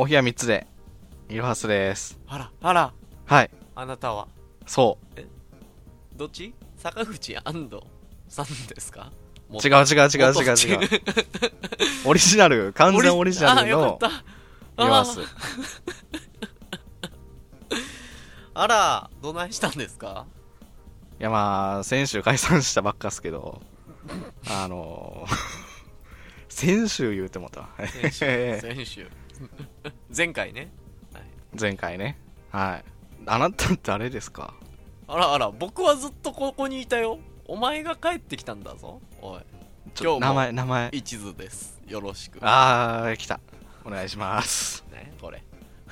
お部屋3つでいろはすです。 あらあら、 はい、 あなたはそうどっち？坂口安藤さんですか？ 違うオリジナル、完全オリジナルのいろはす。 あら、どないしたんですか？ いやまあ先週解散したばっかっすけど先週言うてもた先週前回ね、 はい、前回ね。はい。あなた誰ですか？ あらあら、僕はずっとここにいたよ。お前が帰ってきたんだぞ。おい、今日も名前一途です。よろしく。 あー来た、お願いしますね、これ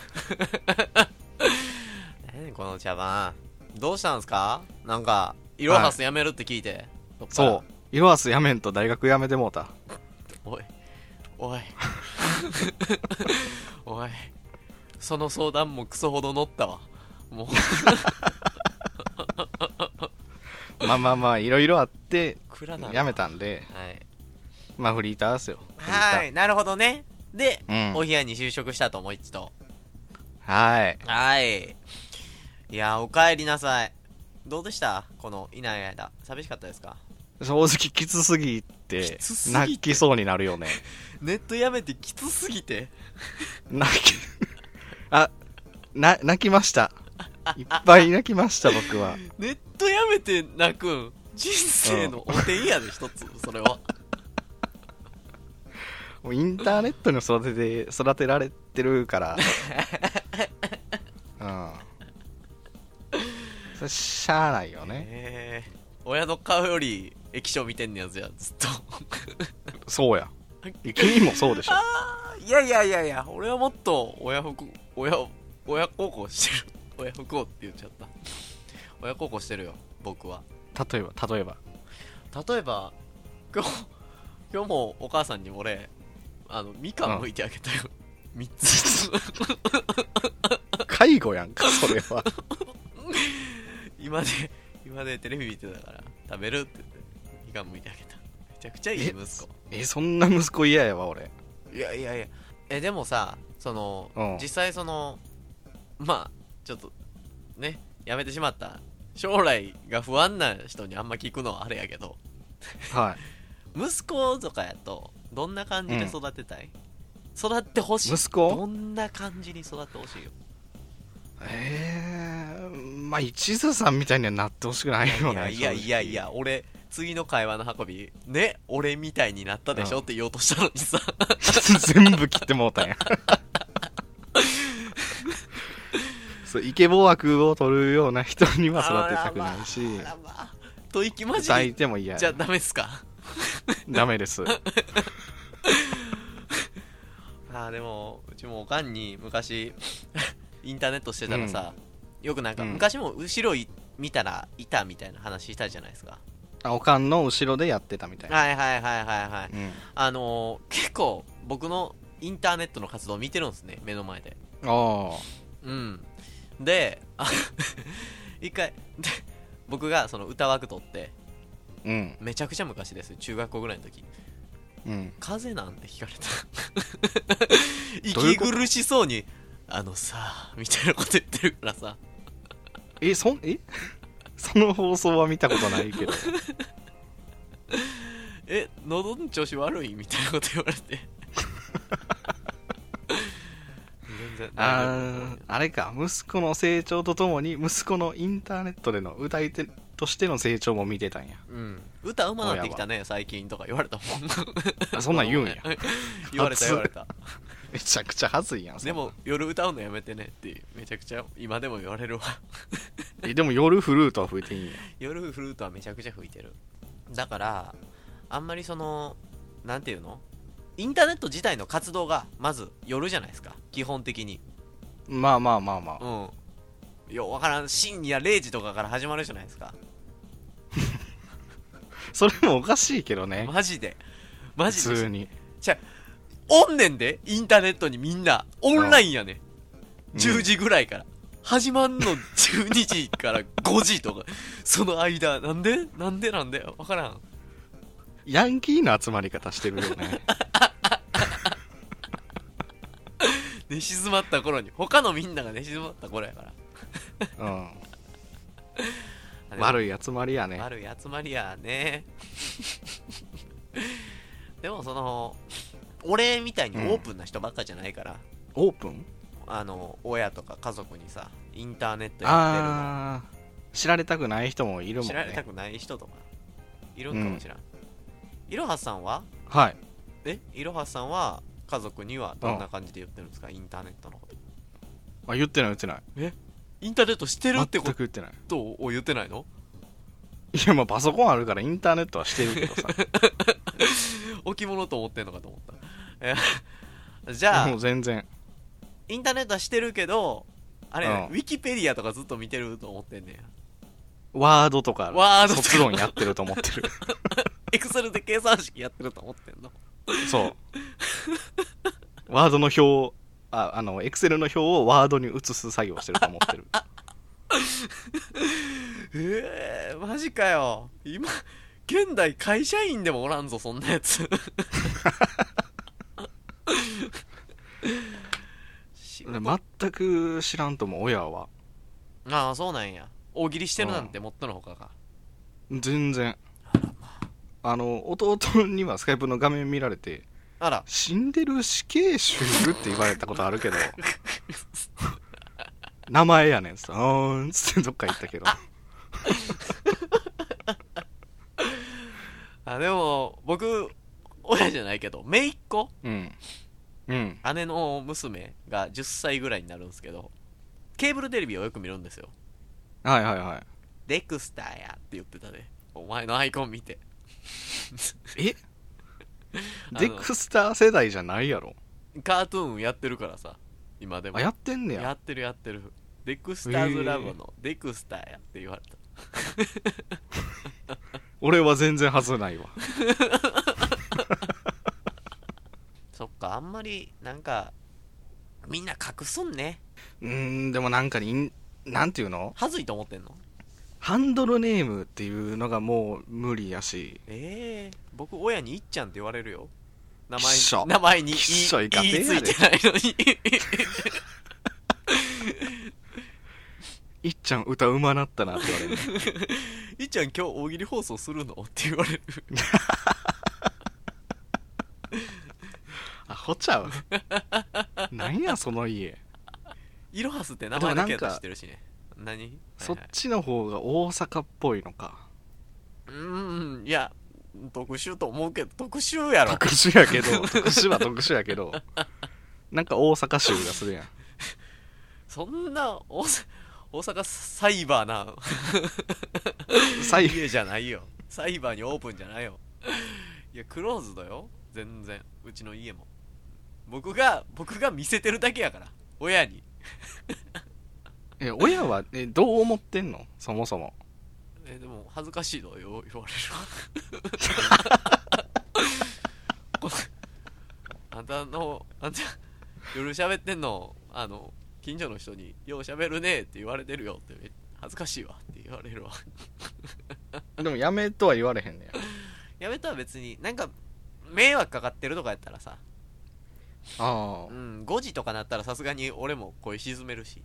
何この茶番、どうしたんですか？なんかイロハス辞めるって聞いて、 はい、そう、イロハス辞めんと大学辞めてもうた。 おいおいおい、その相談もクソほど乗ったわ。もうまあいろいろあってやめたんで、 はい、 まあフリーターですよ。 はい、なるほどね。で、 うん、 お部屋に就職したと思いつと。 はいはい。いや、お帰りなさい。どうでした？このいない間寂しかったですか？ 正直きつすぎて泣きそうになるよね。 ネットやめてきつすぎて泣きました。いっぱい泣きました僕は。 ネットやめて泣くん、人生のお手やで一つ、それは。 もうインターネットに育てられてるからそれしゃあないよね。 親の顔より液晶見てんねやつや、ずっとそうや、君もそうでしょ。 いや、俺はもっと親孝行してる。親不孝って言っちゃった。親孝行してるよ、僕は。 例えば今日もお母さんに俺みかん剥いてあげたよ、3つ介護やんかそれは今でテレビ見てたから食べるって言ってみかん剥いてあげた。めちゃくちゃいい息子。 そんな息子嫌やわ俺。 いやでもさ、実際まあちょっとね、やめてしまった将来が不安な人にあんま聞くのはあれやけどはい息子とかやとどんな感じで育てたい？育ってほしい。 息子どんな感じに育ってほしいよ。 まあ一途さんみたいにはなってほしくないよね。 いや俺次の会話の運びね、俺みたいになったでしょって言おうとしたのにさ全部切ってもうたんやそうイケボ枠を取るような人には育てたくないし、 と息まじりても嫌じゃダメっすか？ ダメですでもうちもおかんに昔インターネットしてたらさ、よくなんか昔も後ろ見たらいたみたいな話したじゃないですか。 おかんの後ろでやってたみたいな。 はい、結構僕のインターネットの活動を見てるんですね、目の前で。で一回で僕がその歌枠取って、めちゃくちゃ昔ですよ、中学校ぐらいの時、風邪なんて聞かれた息苦しそうにさみたいなこと言ってるからさその放送は見たことないけど喉の調子悪いみたいなこと言われて全然あれか、息子の成長とともに息子のインターネットでの歌い手としての成長も見てたんや。 歌うまなってきたね最近とか言われたもんそんなん言うんや言われためちゃくちゃ恥ずいやん。 でも夜歌うのやめてねってめちゃくちゃ今でも言われるわでも夜フルートは吹いていいんや。 夜フルートはめちゃくちゃ吹いてる。だからあんまりなんていうの、インターネット自体の活動がまず夜じゃないですか、基本的に。 まあいや分からん、深夜0時とかから始まるじゃないですかそれもおかしいけどね。 マジで普通におんねんで、インターネットにみんなオンラインやねん、10時ぐらいから始まんの12時から5時とかその間なんで分からん。 ヤンキーの集まり方してるよね寝静まった頃に、他のみんなが寝静まった頃やからうん悪い集まりやね。 悪い集まりやねでもその俺みたいにオープンな人ばっかじゃないから、 オープン、 親とか家族にさインターネットやってるのあー知られたくない人もいるもんね。 知られたくない人とかいるんかもしれん、いろはさんははいいろはさんは家族にはどんな感じで言ってるんですか、インターネットのこと。 言ってないインターネットしてるってこ全く言ってない。 とを言ってないの？ いやまあパソコンあるからインターネットはしてるけどさ置物と思ってんのかと思ったじゃあもう全然インターネットはしてるけどあれ、 うんウィキペディアとかずっと見てると思ってんねや。 ワードとかワードとか卒論やってると思ってるエクセルで計算式やってると思ってんの。 そうワードの表をエクセルの表をワードに移す作業してると思ってるマジかよ。今現代会社員でもおらんぞそんなやつ全く知らんと思う親は。 ああそうなんや。大喜利してるなんてもっとのほかか。 全然弟にはスカイプの画面見られてあら死んでる死刑囚って言われたことあるけど名前やねんつってどっか行ったけどでも僕親じゃないけど姪っ子、姉の娘が10歳ぐらいになるんですけどケーブルテレビをよく見るんですよ。 はいはいはい。 デクスターやって言ってたね、お前のアイコン見てデクスター世代じゃないやろ。 カートゥーンやってるからさ今でもやってんねや。 やってるデクスターズラボのデクスターやって言われた俺は全然はずないわそっか、あんまりなんかみんな隠すんね。 でもなんかなんていうの、 はずいと思ってんの？ ハンドルネームっていうのがもう無理やし。 僕親にいっちゃんって言われるよ。名名前にいついてないのにいっちゃん歌うまなったなって言われるいっちゃん今日大喜利放送するのって言われるアホちゃうなんやその家。 イロハスって名前だけやったら知ってるしね。何？ そっちの方が大阪っぽいのか。 いや特殊と思うけど、特殊やろ。 特殊やけど特殊は特殊やけどなんか大阪州がするやん。 そんな大阪サイバーな家じゃないよ。サイバーにオープンじゃないよ。いやクローズだよ全然。うちの家も僕が見せてるだけやから親に親はどう思ってんのそもそも。 でも恥ずかしいのよ言われるあんた夜喋ってんの近所の人によう喋るねって言われてるよって恥ずかしいわって言われるわでもやめとは言われへんねやめとは別になんか迷惑かかってるとかやったらさ5時とかなったらさすがに俺も声沈めるし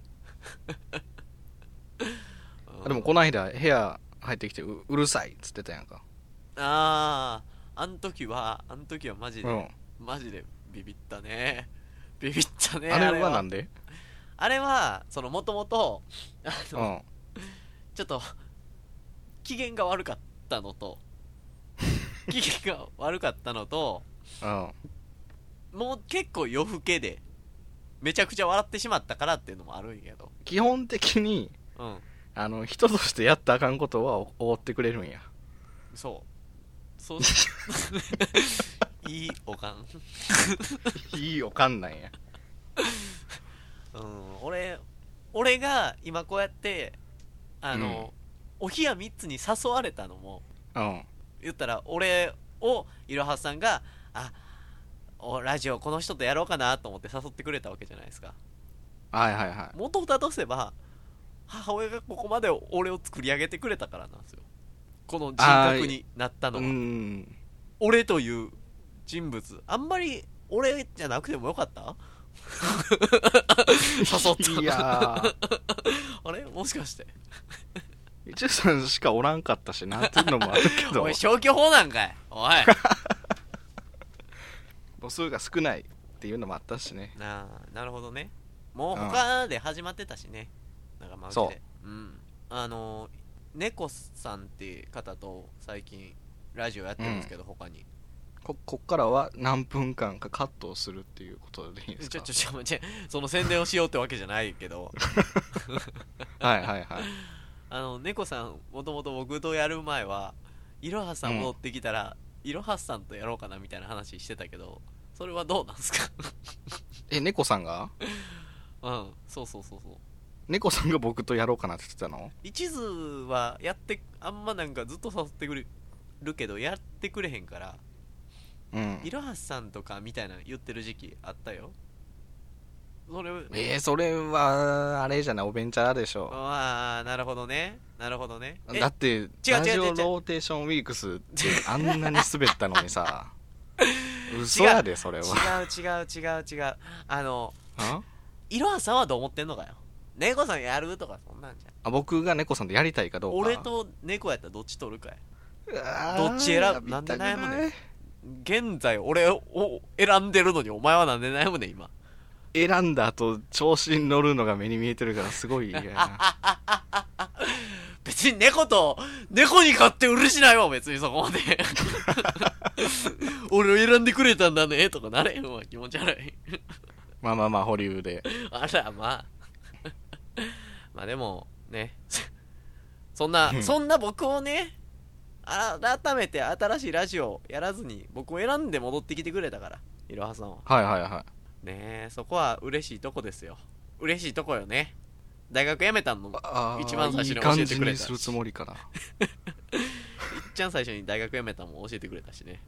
でもこの間部屋入ってきて うるさいっつってたやんか。 あん時はマジで、マジでビビったね。 あれはなんで？ あれはもともとちょっと機嫌が悪かったのともう結構夜更けでめちゃくちゃ笑ってしまったからっていうのもあるんやけど、 基本的に人としてやったらあかんことは覆ってくれるんや。 そういいおかんいいおかんなんや。 俺が今こうやってお冷や3つに誘われたのも、言ったら俺をいろはさんがラジオこの人とやろうかなと思って誘ってくれたわけじゃないですか。 はいはいはい。 元をたどせば母親がここまで俺を作り上げてくれたからなんですよ。この人格になったのは俺という人物。あんまり俺じゃなくてもよかった誘ったいやーあれもしかして一さんしかおらんかったしなっていうのもあるけどおい消去法なんかいおい母数が少ないっていうのもあったしね。 なるほどね。もう他で始まってたしね、なんかまあそううん、猫さんって方と最近ラジオやってるんですけど、他にこっからは何分間かカットをするっていうことでいいですか？ その宣伝をしようってわけじゃないけどはいはいはい猫さんもともと僕とやる前はいろはさん戻ってきたら、いろはさんとやろうかなみたいな話してたけど、それはどうなんすか猫さんがうんそう猫さんが僕とやろうかなって言ってたの？ 一途はやってあんまなんかずっと誘ってくれるけどやってくれへんから、いろはさんとかみたいな言ってる時期あったよ。 それはあれじゃない、おべんちゃらでしょ。 ああなるほどねだってラジオローテーションウィークスってあんなに滑ったのにさ嘘やでそれは。 違ういろはさんはどう思ってんのかよ。猫さんやるとかそんなんじゃん。 僕が猫さんとやりたいかどうか。 俺と猫やったらどっち取るかい。どっち選ぶ？なんで悩むねん。現在俺を選んでるのにお前はなんで悩むねん今。 選んだ後調子に乗るのが目に見えてるからすごい嫌やな別に猫に勝って嬉しないわ別にそこまで俺を選んでくれたんだねとかなれへんわ、気持ち悪いまあ保留で。 あらまあでもねそんな僕をね改めて新しいラジオやらずに僕を選んで戻ってきてくれたから、いろはさんは。 はいねえ、そこは嬉しいとこですよ。嬉しいとこよね。大学辞めたの一番最初に教えてくれた。いい感じにするつもりかな。 一番最初に大学辞めたのも教えてくれたしね。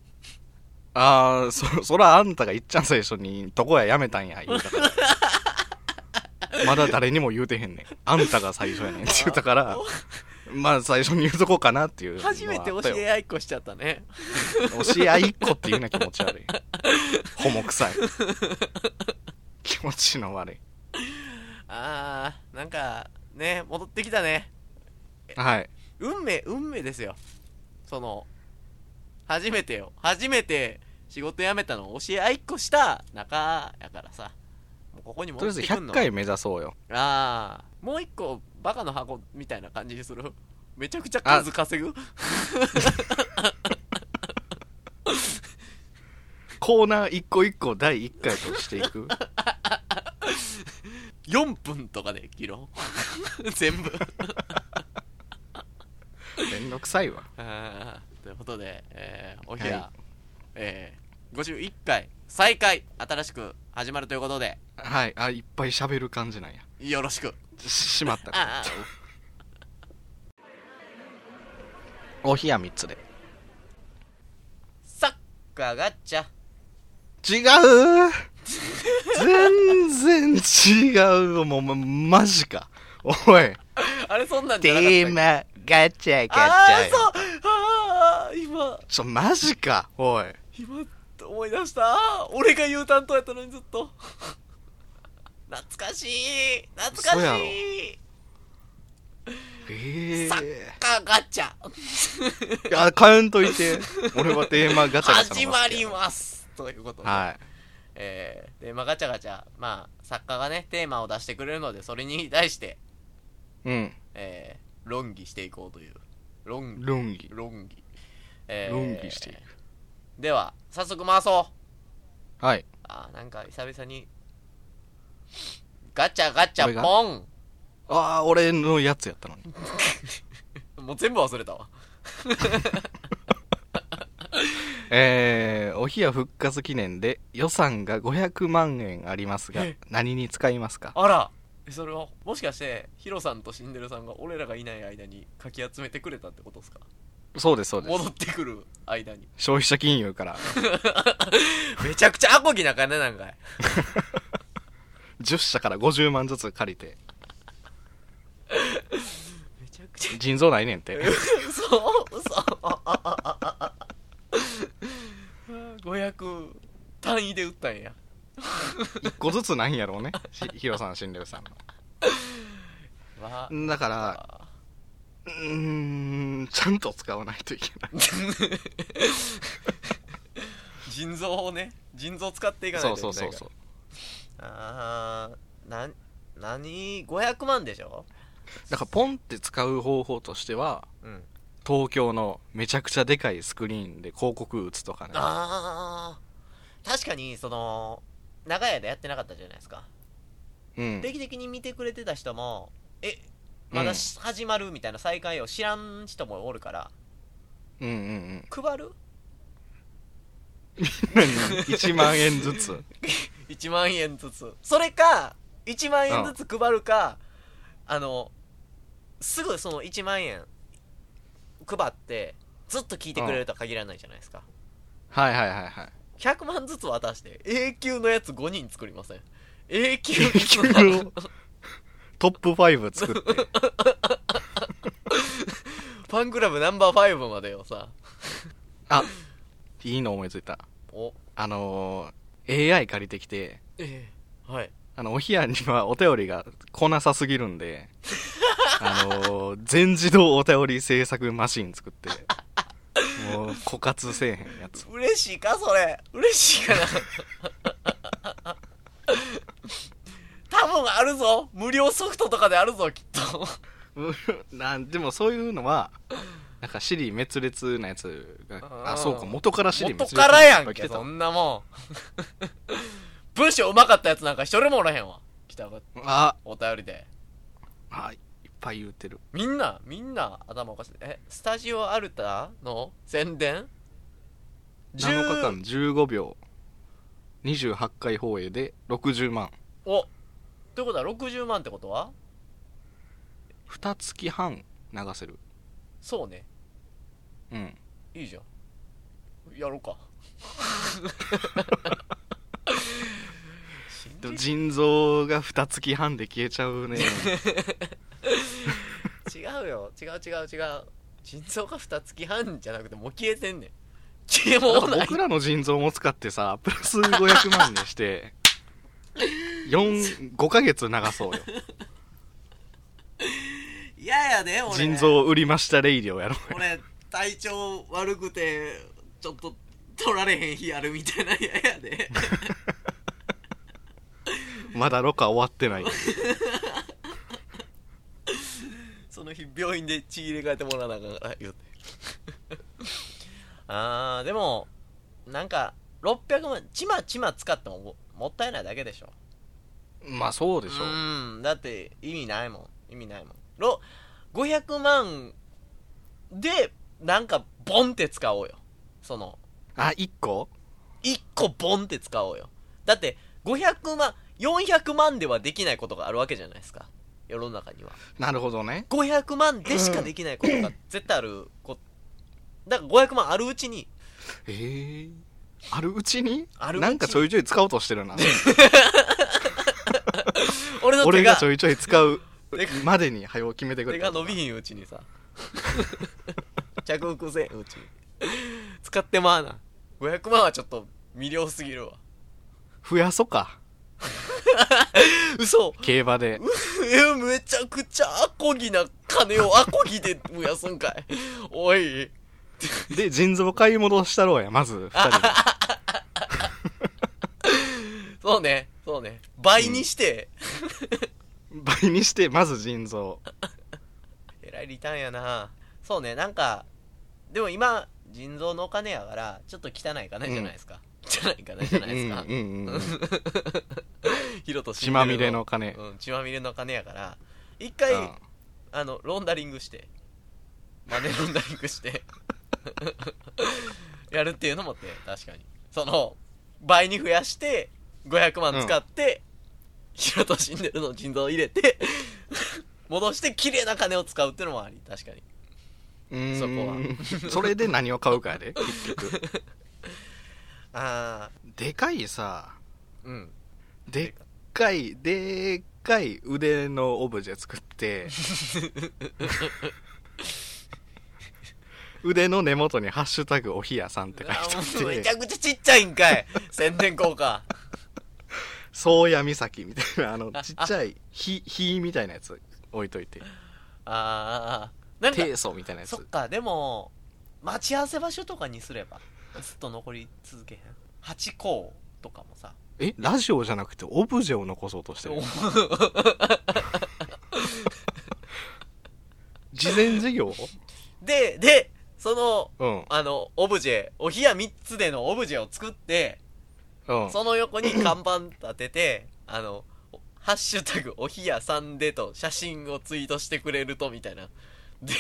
そらあんたがいっちゃん最初にどこや辞めたんや言うたからまだ誰にも言うてへんねん。あんたが最初やねんって言うたからまあ最初に言うとこうかなっていう。 初めて教え合いっこしちゃったね。 教え合いっこっていうのは気持ち悪い。ホモ臭い。気持ちの悪い。 なんかね、戻ってきたね。 はい。 運命ですよ。初めて仕事辞めたのを教え合いっこした仲やからさ、もうここに戻ってくんの。 とりあえず100回目指そうよ。 もう一個バカの箱みたいな感じにする。めちゃくちゃ数稼ぐコーナー一個一個第1回としていく 4分とかで切ろう全部めんどくさいわ。 ということで、お部屋、51回再開新しく始まるということで、 はい、いっぱい喋る感じなんや。 よろしく。 しまったかお部屋3つでサッカーガッチャ。 違う全然違う。もうマジか。おいあれそんなんじゃなかったっけ。 テーマガチャガチャ。 そう今マジか。おい今思い出した。俺が言う担当やったのにずっと懐かしいサッカーガチャいや買うんといて。俺はテーマガチャガチャ始まりますということで、 はい、 テーマガチャガチャ、まあ作家がねテーマを出してくれるので、それに対して論議していこうという。論議していく。では早速回そう。 はい。 なんか久々にガチャガチャポン。 俺のやつやったのにもう全部忘れたわお部屋復活記念で予算が500万円ありますが何に使いますか？ あら、それはもしかしてヒロさんとシンデレさんが俺らがいない間にかき集めてくれたってことですか？ そうです。 戻ってくる間に消費者金融からめちゃくちゃアコギな金なんかい 10社から50万ずつ借りてめちゃくちゃ腎臓ないねんってそう500単位で売ったんや 1個ずつないんやろうねヒロさん死んでるさんのだからちゃんと使わないといけない腎臓をね、腎臓使っていかないといけないから。 そう何500万でしょ。 だからポンって使う方法としては、うん、東京のめちゃくちゃでかいスクリーンで広告打つとかね。 確かにその長屋でやってなかったじゃないですか、うん、定期的に見てくれてた人もまだ始まるみたいな再開を知らん人もおるから、配る 1万円ずつ 1万円ずつ、それか1万円ずつ配るか、すぐその1万円配ってずっと聞いてくれるとは限らないじゃないですか。 はい 100万ずつ渡して永久のやつ5人作りません？永久のトップ5作ってファンクラブナンバー5までをさいいの思いついた。AI 借りてきて、 はい、 お部屋にはお便りが来なさすぎるんで全自動お便り制作マシン作ってもう枯渇せえへんやつ。 嬉しいかそれ、嬉しいかな多分あるぞ、無料ソフトとかであるぞきっとでもそういうのはなんか尻滅裂なやつがそうか、元から尻滅裂元からやんけそんなもん文章うまかったやつなんか一人もおらへんわ。来たお便りでいっぱい言うてる。 みんな頭おかしい。スタジオアルタの宣伝 7日間15秒28回放映で60万。 ということは60万ってことは 2月半流せる。 そうね、いいじゃん、やろうかでも腎臓が2月半で消えちゃうね違うよ、違う腎臓が2月半じゃなくてもう消えてんねん。消えもない。 僕らの腎臓も使ってさプラス500万にして5ヶ月流そうよ。 嫌やで俺。 腎臓売りましたレイディをやろう。 俺体調悪くてちょっと取られへん日あるみたいな嫌やでまだロカ終わってないその日病院で血入れ替えてもらわなあかんから言うてでもなんか600万ちま使ってももったいないだけでしょ。 まあそうでしょ。 だって意味ないもん。500万でなんかボンって使おうよ。その 1個ボンって使おうよ。だって500万400万ではできないことがあるわけじゃないですか、世の中には。 なるほどね。 500万でしかできないことが絶対あるだから500万あるうちにあるうちになんかちょいちょい使おうとしてるな俺がちょいちょい使うまでに早う決めてくれ。 手が伸びひんうちにさ着服せんうちに使ってまあな。500万はちょっと魅了すぎるわ。 増やそか嘘。 競馬でめちゃくちゃアコギな金をアコギで増やすんかいおいで腎臓買い戻したろうやまず2人でそうね倍にして、 倍にしてまず腎臓えらいリターンやな。そうね、なんかでも今腎臓のお金やからちょっと汚い金じゃないですか、汚い金じゃないですかヒロト血まみれの金、 血まみれの金やから一回ロンダリングしてマネロンダリングしてやるっていうのもって確かにその倍に増やして500万使って、ヒロト死んでるの腎臓入れて戻して綺麗な金を使うっていうのもあり。確かにそこはそれで何を買うかやで結局でかいさ、でっかい腕のオブジェ作って腕の根元にハッシュタグおひやさんって書いてあってめちゃくちゃちっちゃいんかい宣伝効果宗谷岬みたいなちっちゃい火みたいなやつ置いといて、 あなんか低層みたいなやつ。 そっか、でも待ち合わせ場所とかにすればずっと残り続けへん。ハチ公とかもさ、 ラジオじゃなくてオブジェを残そうとしてる事前事業でその、 うん、 オブジェ、お部屋3つでのオブジェを作って、 うん、 その横に看板立ててハッシュタグおひやさんでと写真をツイートしてくれるとみたいなで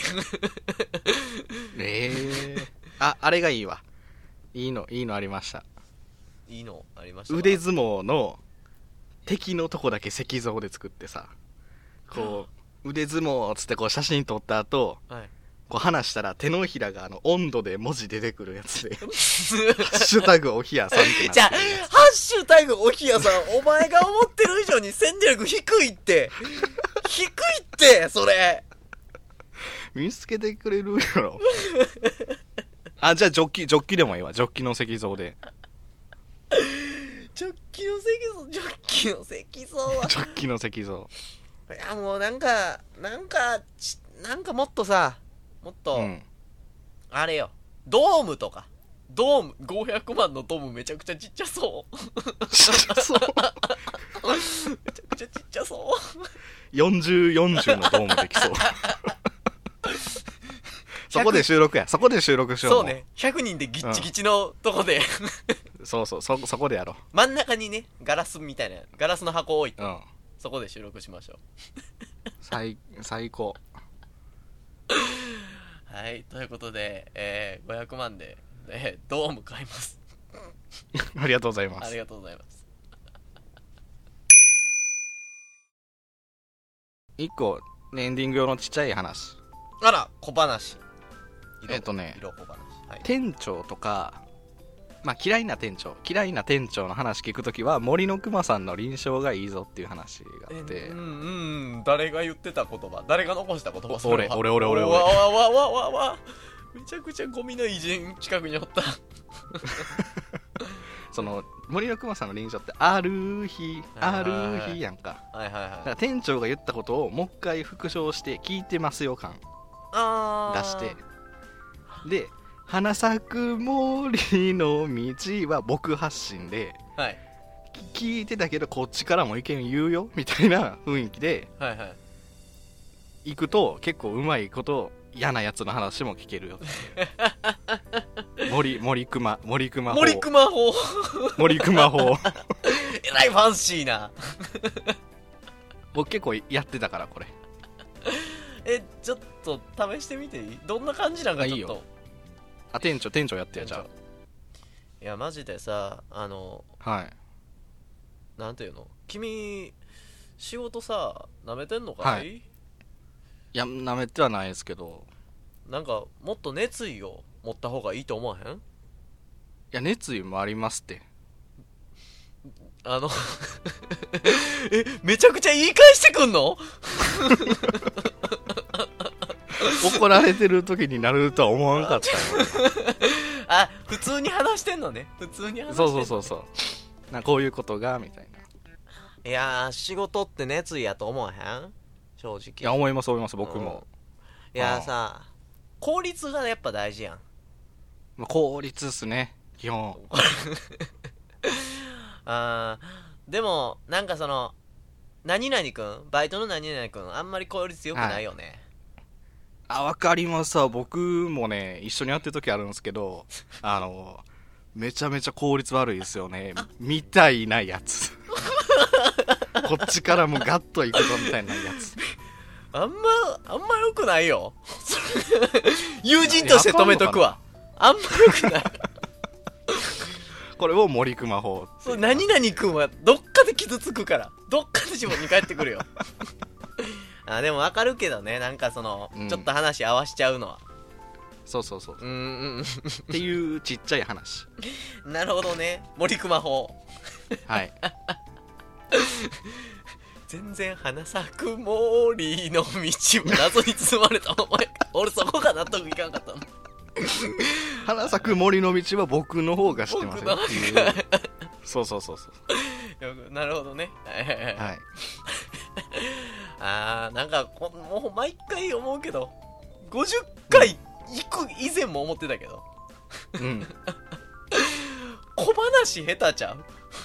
あれがいいわ。いいのありました。 いいのありました。 腕相撲の敵のとこだけ石像で作ってさ、こう腕相撲っつってこう写真撮った後、 はい、 こう離したら手のひらが温度で文字出てくるやつでハッシュタグおひやさんってなってる。 じゃあハッシュタグおひやさんお前が思ってる以上に戦略低いって低いってそれ見つけてくれるやろじゃあジョッキでもいいわ。ジョッキの石像で。 ジョッキの石像はジョッキの石像。 いやもうなんかもっとさ、もっと、うん、あれよ、ドームとか、ドーム500万のドームめちゃくちゃちっちゃそうちっちゃそうめちゃくちゃちっちゃそう 40のドームできそうそこで収録しよう。 そうね、100人でギッチギチのとこで、 うん、そこでやろう。 真ん中にねガラスみたいなガラスの箱を置いて、 うん、 そこで収録しましょう最高はい、ということで、500万で、ドーム買いますありがとうございます。 ありがとうございます。 1個エンディング用のちっちゃい話。 あら、小話。色小話、 はい、店長とか、嫌いな店長の話聞くときは森のくまさんの臨床がいいぞっていう話があって、 誰が言ってた言葉、誰が残した言葉。 俺わめちゃくちゃゴミの偉人近くにおったその森のくまさんの臨床ってある日やんか。だから店長が言ったことをもう一回復唱して聞いてますよ感出して、で花咲く森の道は僕発信で、はい、聞いてたけどこっちからも意見言うよみたいな雰囲気で、行くと結構うまいこと嫌なやつの話も聞けるよ森熊法えらいファンシーな僕結構やってたからこれちょっと試してみていい？どんな感じなんかちょっと。いいよ。 店長やってや。じゃあいやマジでさ、 はいなんていうの、君仕事さなめてんのかい？ いやなめてはないですけど、 なんかもっと熱意を持った方がいいと思わへん？いや熱意もありますってめちゃくちゃ言い返してくんの怒られてる時になるとは思わんかった普通に話してんのね。 そうこういうことがみたいな。 いや仕事って熱意やと思わへん？正直。いや思います僕も。 いやさ、効率がやっぱ大事やん。 効率っすね基本でもなんかその何々くん、バイトの何々くんあんまり効率良くないよね。 わかりますわ。僕もね一緒にやってる時あるんですけどめちゃめちゃ効率悪いですよねみたいなやつこっちからもガッといくぞみたいなやつあんま良くないよ友人として止めとくわ。あんま良くないこれを森熊法。 そう、何々くんはどっかで傷つくから、どっかで自分に返ってくるよでも分かるけどね、なんかその、ちょっと話合わしちゃうのは。 そうっていうちっちゃい話なるほどね、森熊法はい全然花咲く森の道謎に包まれたお前俺そこが納得いかんかったの花咲く森の道は僕の方が知ってますよっていうそうなるほどね。 はいなんかもう毎回思うけど50回行く以前も思ってたけど、 うん小話下手ちゃう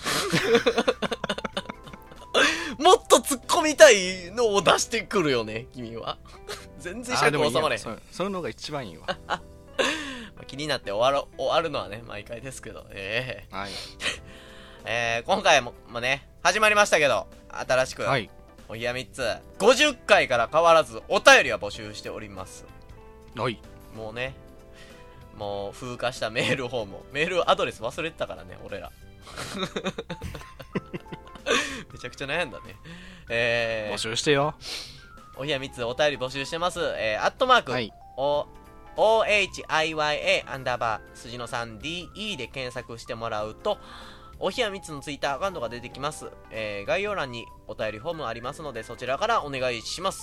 もっと突っ込みたいのを出してくるよね君は。全然尺収まれへん。 そういうのが一番いいわ気になって終わるのはね毎回ですけど、 はい今回もね始まりましたけど、新しく、 はい、 お部屋3つ50回から変わらずお便りは募集しております。 はい、 もうね、もう風化したメールフォーム、メールアドレス忘れてたからね俺らめちゃくちゃ悩んだね。 募集してよ。 お部屋3つお便り募集してます。アットマーク、はい、OHIYA アンダーバー数字の 3DE で検索してもらうとお部屋3つのツイッターアカウントが出てきます。概要欄にお便りフォームありますのでそちらからお願いします。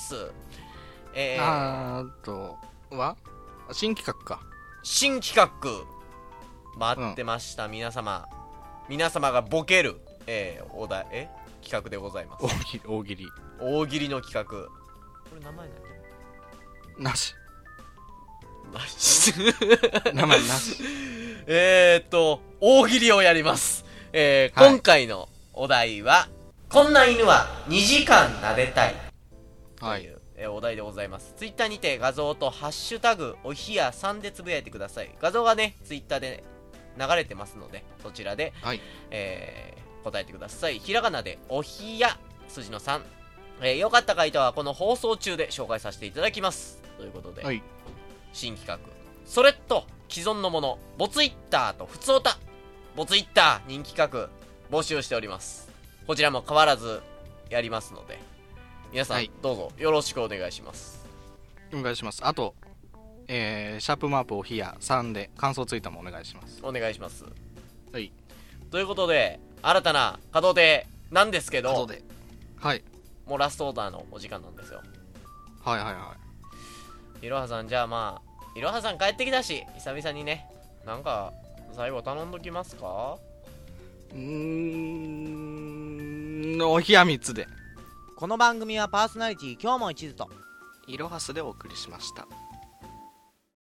は新企画か。 新企画待ってました、皆様がボケる、お題企画でございます。 大喜利の企画。これ名前なし名前なし大喜利をやります。今回のお題はこんな犬は2時間撫でたいという、お題でございます。ツイッターにて画像とハッシュタグおひや3でつぶやいてください。画像がねツイッターで流れてますのでそちらで、 はい、 答えてください。ひらがなでおひや数字の3、よかった回答はこの放送中で紹介させていただきますということで、 はい、 新企画それと既存のものボツイッターとふつおたボツイッター人気企画募集しております。こちらも変わらずやりますので皆さん、どうぞよろしくお願いします。 お願いします。あとシャープマープおひや3で感想ツイートもお願いします。 お願いします。 はい、 ということで新たな稼働でなんですけど、 はい、 もうラストオーダーのお時間なんですよ。 はいはいはい。 いろはさん、じゃあいろはさん帰ってきたし久々にねなんか最後頼んどきますか。 おひや3つで。 この番組はパーソナリティ今日も一途といろはすでお送りしました。